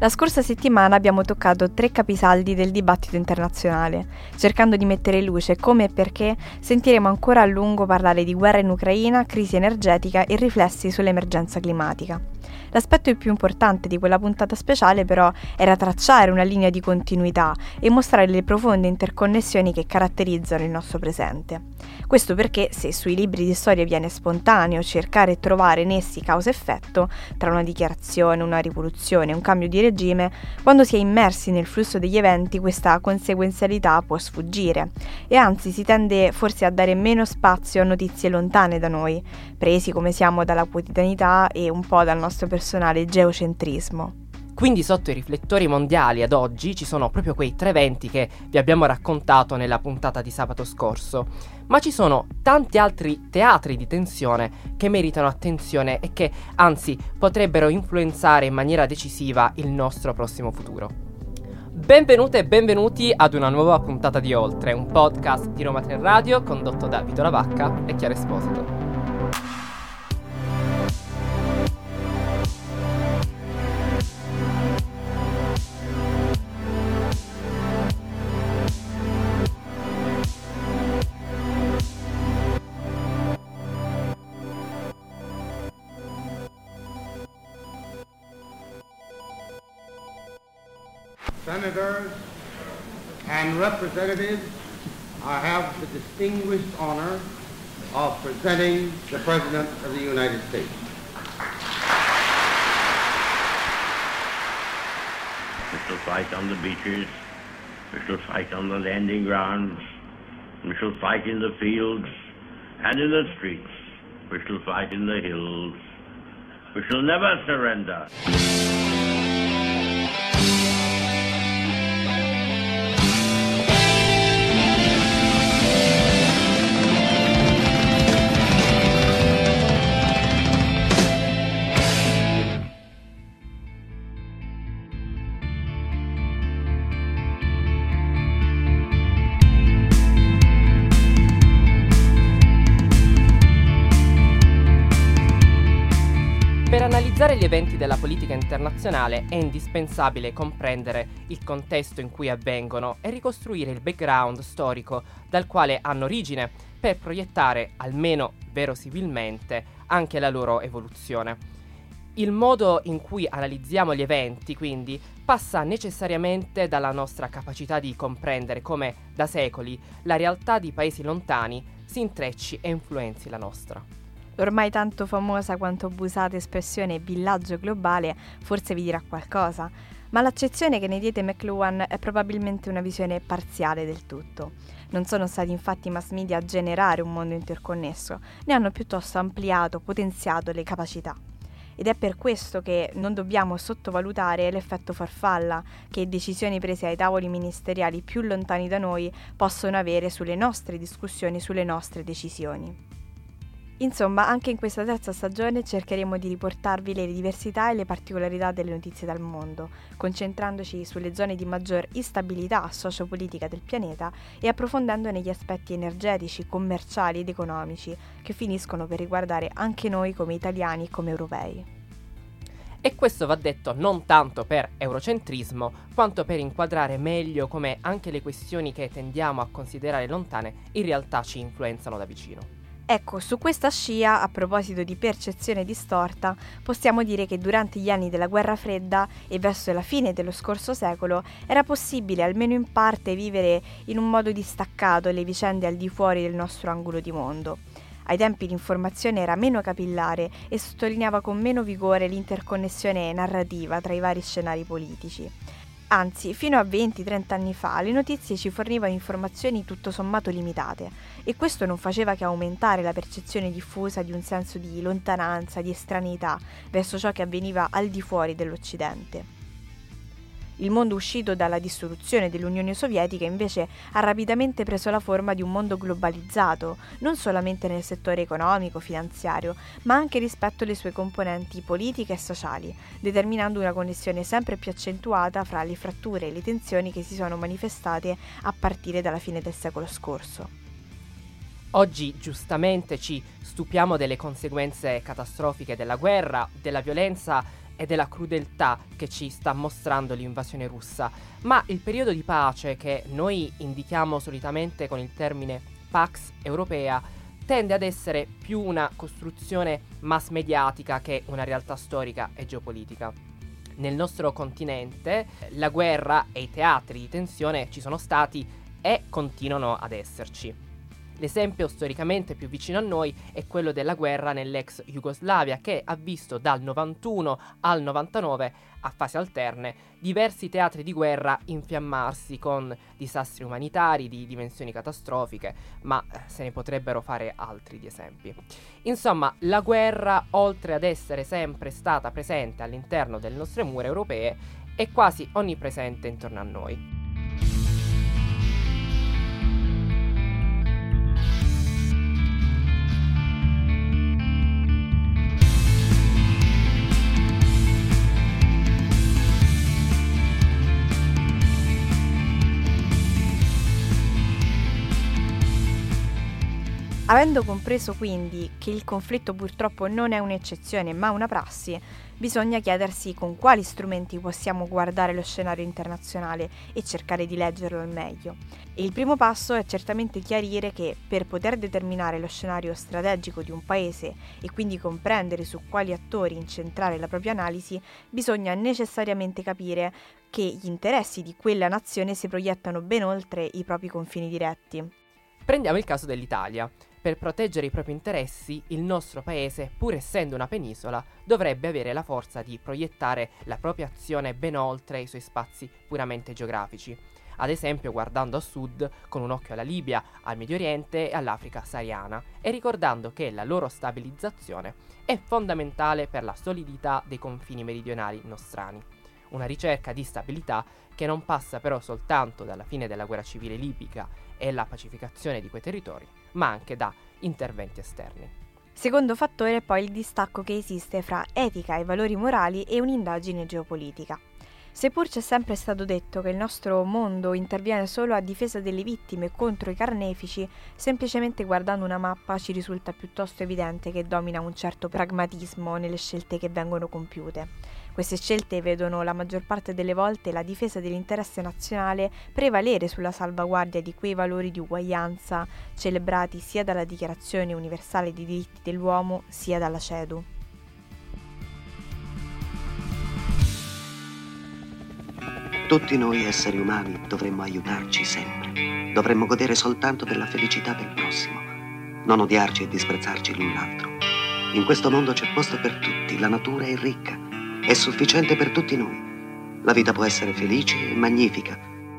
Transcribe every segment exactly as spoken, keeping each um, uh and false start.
La scorsa settimana abbiamo toccato tre capisaldi del dibattito internazionale, cercando di mettere in luce come e perché sentiremo ancora a lungo parlare di guerra in Ucraina, crisi energetica e riflessi sull'emergenza climatica. L'aspetto più importante di quella puntata speciale però era tracciare una linea di continuità e mostrare le profonde interconnessioni che caratterizzano il nostro presente. Questo perché se sui libri di storia viene spontaneo cercare e trovare in essi causa-effetto tra una dichiarazione, una rivoluzione e un cambio di regime, quando si è immersi nel flusso degli eventi questa conseguenzialità può sfuggire e anzi si tende forse a dare meno spazio a notizie lontane da noi, presi come siamo dalla quotidianità e un po' dal nostro personale geocentrismo. Quindi sotto i riflettori mondiali ad oggi ci sono proprio quei tre eventi che vi abbiamo raccontato nella puntata di sabato scorso, ma ci sono tanti altri teatri di tensione che meritano attenzione e che anzi potrebbero influenzare in maniera decisiva il nostro prossimo futuro. Benvenute e benvenuti ad una nuova puntata di Oltre, un podcast di Roma tre Radio condotto da Vito Lavacca e Chiara Esposito. Senators and representatives, I have the distinguished honor of presenting the President of the United States. We shall fight on the beaches, we shall fight on the landing grounds, we shall fight in the fields and in the streets, we shall fight in the hills, we shall never surrender. Per analizzare gli eventi della politica internazionale è indispensabile comprendere il contesto in cui avvengono e ricostruire il background storico dal quale hanno origine per proiettare, almeno verosimilmente, anche la loro evoluzione. Il modo in cui analizziamo gli eventi, quindi, passa necessariamente dalla nostra capacità di comprendere come, da secoli, la realtà di paesi lontani si intrecci e influenzi la nostra. L'ormai tanto famosa quanto abusata espressione villaggio globale forse vi dirà qualcosa, ma l'accezione che ne diede McLuhan è probabilmente una visione parziale del tutto. Non sono stati infatti i mass media a generare un mondo interconnesso, ne hanno piuttosto ampliato, potenziato le capacità. Ed è per questo che non dobbiamo sottovalutare l'effetto farfalla che decisioni prese ai tavoli ministeriali più lontani da noi possono avere sulle nostre discussioni, sulle nostre decisioni. Insomma, anche in questa terza stagione cercheremo di riportarvi le diversità e le particolarità delle notizie dal mondo, concentrandoci sulle zone di maggior instabilità sociopolitica del pianeta e approfondendone gli aspetti energetici, commerciali ed economici che finiscono per riguardare anche noi come italiani e come europei. E questo va detto non tanto per eurocentrismo, quanto per inquadrare meglio come anche le questioni che tendiamo a considerare lontane in realtà ci influenzano da vicino. Ecco, su questa scia, a proposito di percezione distorta, possiamo dire che durante gli anni della Guerra Fredda e verso la fine dello scorso secolo era possibile almeno in parte vivere in un modo distaccato le vicende al di fuori del nostro angolo di mondo. Ai tempi l'informazione era meno capillare e sottolineava con meno vigore l'interconnessione narrativa tra i vari scenari politici. Anzi, fino a venti trenta anni fa le notizie ci fornivano informazioni tutto sommato limitate e questo non faceva che aumentare la percezione diffusa di un senso di lontananza, di estraneità verso ciò che avveniva al di fuori dell'Occidente. Il mondo uscito dalla dissoluzione dell'Unione Sovietica invece ha rapidamente preso la forma di un mondo globalizzato, non solamente nel settore economico, finanziario, ma anche rispetto alle sue componenti politiche e sociali, determinando una connessione sempre più accentuata fra le fratture e le tensioni che si sono manifestate a partire dalla fine del secolo scorso. Oggi giustamente ci stupiamo delle conseguenze catastrofiche della guerra, della violenza e della crudeltà che ci sta mostrando l'invasione russa, ma il periodo di pace che noi indichiamo solitamente con il termine Pax Europea tende ad essere più una costruzione mass mediatica che una realtà storica e geopolitica. Nel nostro continente la guerra e i teatri di tensione ci sono stati e continuano ad esserci. L'esempio storicamente più vicino a noi è quello della guerra nell'ex Jugoslavia, che ha visto dal novantuno al novantanove, a fasi alterne, diversi teatri di guerra infiammarsi con disastri umanitari di dimensioni catastrofiche, ma se ne potrebbero fare altri di esempi. Insomma, la guerra, oltre ad essere sempre stata presente all'interno delle nostre mura europee, è quasi onnipresente intorno a noi. Avendo compreso quindi che il conflitto purtroppo non è un'eccezione ma una prassi, bisogna chiedersi con quali strumenti possiamo guardare lo scenario internazionale e cercare di leggerlo al meglio. E il primo passo è certamente chiarire che per poter determinare lo scenario strategico di un paese e quindi comprendere su quali attori incentrare la propria analisi, bisogna necessariamente capire che gli interessi di quella nazione si proiettano ben oltre i propri confini diretti. Prendiamo il caso dell'Italia. Per proteggere i propri interessi, il nostro paese, pur essendo una penisola, dovrebbe avere la forza di proiettare la propria azione ben oltre i suoi spazi puramente geografici. Ad esempio guardando a sud con un occhio alla Libia, al Medio Oriente e all'Africa sahariana, e ricordando che la loro stabilizzazione è fondamentale per la solidità dei confini meridionali nostrani. Una ricerca di stabilità che non passa però soltanto dalla fine della guerra civile libica e la pacificazione di quei territori, ma anche da interventi esterni. Secondo fattore è poi il distacco che esiste fra etica e valori morali e un'indagine geopolitica. Seppur c'è sempre stato detto che il nostro mondo interviene solo a difesa delle vittime contro i carnefici, semplicemente guardando una mappa ci risulta piuttosto evidente che domina un certo pragmatismo nelle scelte che vengono compiute. Queste scelte vedono la maggior parte delle volte la difesa dell'interesse nazionale prevalere sulla salvaguardia di quei valori di uguaglianza celebrati sia dalla Dichiarazione Universale dei Diritti dell'Uomo sia dalla CEDU. Tutti noi esseri umani dovremmo aiutarci sempre. Dovremmo godere soltanto della felicità del prossimo, non odiarci e disprezzarci l'un l'altro. In questo mondo c'è posto per tutti, la natura è ricca, è sufficiente per tutti noi. La vita può essere felice e magnifica.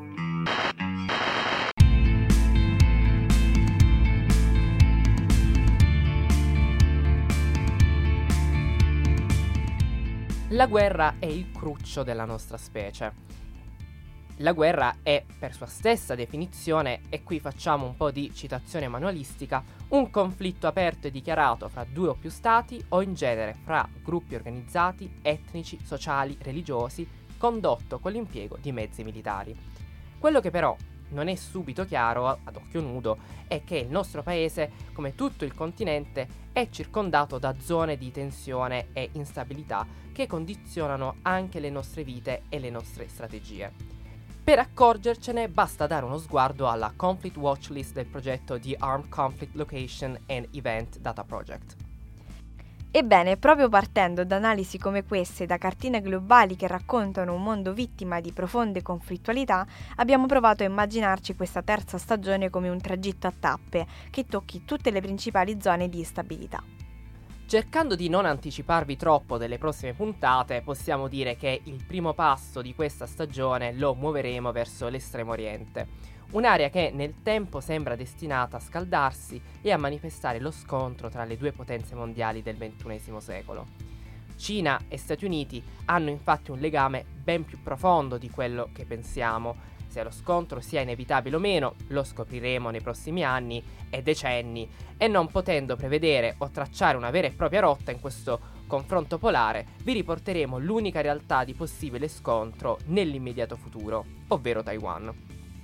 La guerra è il cruccio della nostra specie. La guerra è, per sua stessa definizione, e qui facciamo un po' di citazione manualistica, un conflitto aperto e dichiarato fra due o più stati o in genere fra gruppi organizzati, etnici, sociali, religiosi, condotto con l'impiego di mezzi militari. Quello che però non è subito chiaro ad occhio nudo è che il nostro paese, come tutto il continente, è circondato da zone di tensione e instabilità che condizionano anche le nostre vite e le nostre strategie. Per accorgercene basta dare uno sguardo alla Conflict Watch List del progetto The Armed Conflict Location and Event Data Project. Ebbene, proprio partendo da analisi come queste, da cartine globali che raccontano un mondo vittima di profonde conflittualità, abbiamo provato a immaginarci questa terza stagione come un tragitto a tappe che tocchi tutte le principali zone di instabilità. Cercando di non anticiparvi troppo delle prossime puntate, possiamo dire che il primo passo di questa stagione lo muoveremo verso l'estremo oriente, un'area che nel tempo sembra destinata a scaldarsi e a manifestare lo scontro tra le due potenze mondiali del ventunesimo secolo. Cina e Stati Uniti hanno infatti un legame ben più profondo di quello che pensiamo. Se lo scontro sia inevitabile o meno, lo scopriremo nei prossimi anni e decenni, e non potendo prevedere o tracciare una vera e propria rotta in questo confronto polare, vi riporteremo l'unica realtà di possibile scontro nell'immediato futuro, ovvero Taiwan.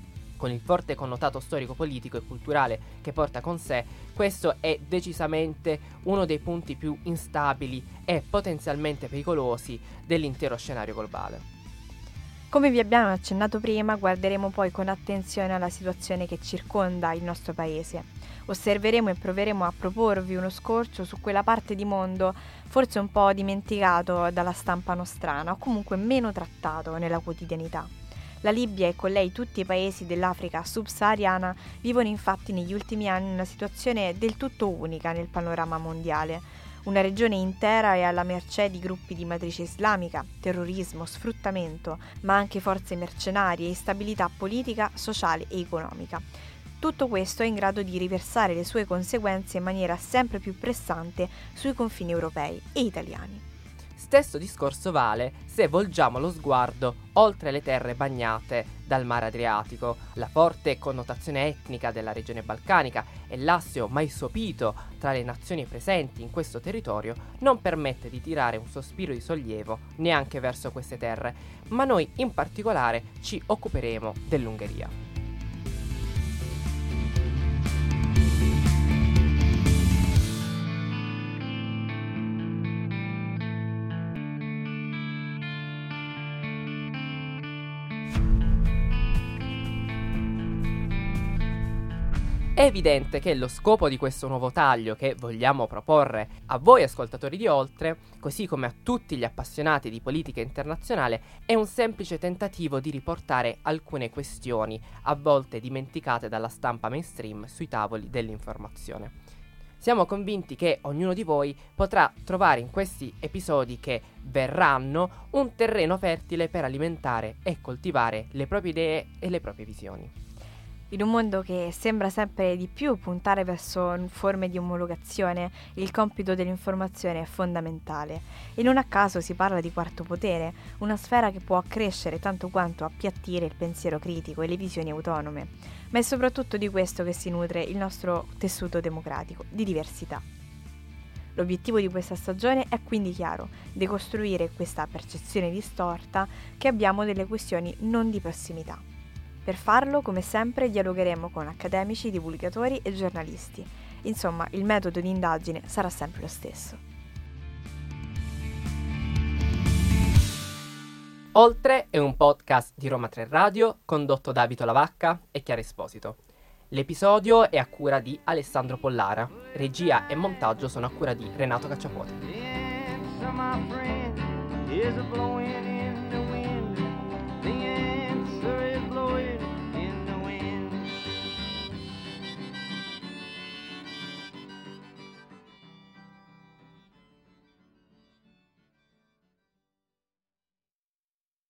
con il forte connotato storico, politico e culturale che porta con sé, questo è decisamente uno dei punti più instabili e potenzialmente pericolosi dell'intero scenario globale. Come vi abbiamo accennato prima, guarderemo poi con attenzione alla situazione che circonda il nostro paese. Osserveremo e proveremo a proporvi uno scorcio su quella parte di mondo forse un po' dimenticato dalla stampa nostrana o comunque meno trattato nella quotidianità. La Libia e con lei tutti i paesi dell'Africa subsahariana vivono infatti negli ultimi anni una situazione del tutto unica nel panorama mondiale. Una regione intera è alla mercé di gruppi di matrice islamica, terrorismo, sfruttamento, ma anche forze mercenarie, instabilità politica, sociale e economica. Tutto questo è in grado di riversare le sue conseguenze in maniera sempre più pressante sui confini europei e italiani. Stesso discorso vale se volgiamo lo sguardo oltre le terre bagnate dal mare Adriatico. La forte connotazione etnica della regione balcanica e l'assio mai sopito tra le nazioni presenti in questo territorio non permette di tirare un sospiro di sollievo neanche verso queste terre, ma noi in particolare ci occuperemo dell'Ungheria. È evidente che lo scopo di questo nuovo taglio che vogliamo proporre a voi ascoltatori di Oltre, così come a tutti gli appassionati di politica internazionale, è un semplice tentativo di riportare alcune questioni, a volte dimenticate dalla stampa mainstream sui tavoli dell'informazione. Siamo convinti che ognuno di voi potrà trovare in questi episodi che verranno un terreno fertile per alimentare e coltivare le proprie idee e le proprie visioni. In un mondo che sembra sempre di più puntare verso forme di omologazione, il compito dell'informazione è fondamentale. E non a caso si parla di quarto potere, una sfera che può accrescere tanto quanto appiattire il pensiero critico e le visioni autonome. Ma è soprattutto di questo che si nutre il nostro tessuto democratico, di diversità. L'obiettivo di questa stagione è quindi chiaro, decostruire questa percezione distorta che abbiamo delle questioni non di prossimità. Per farlo, come sempre, dialogheremo con accademici, divulgatori e giornalisti. Insomma, il metodo di indagine sarà sempre lo stesso. Oltre è un podcast di Roma tre Radio, condotto da Vito Lavacca e Chiara Esposito. L'episodio è a cura di Alessandro Pollara. Regia e montaggio sono a cura di Renato Cacciapuoti.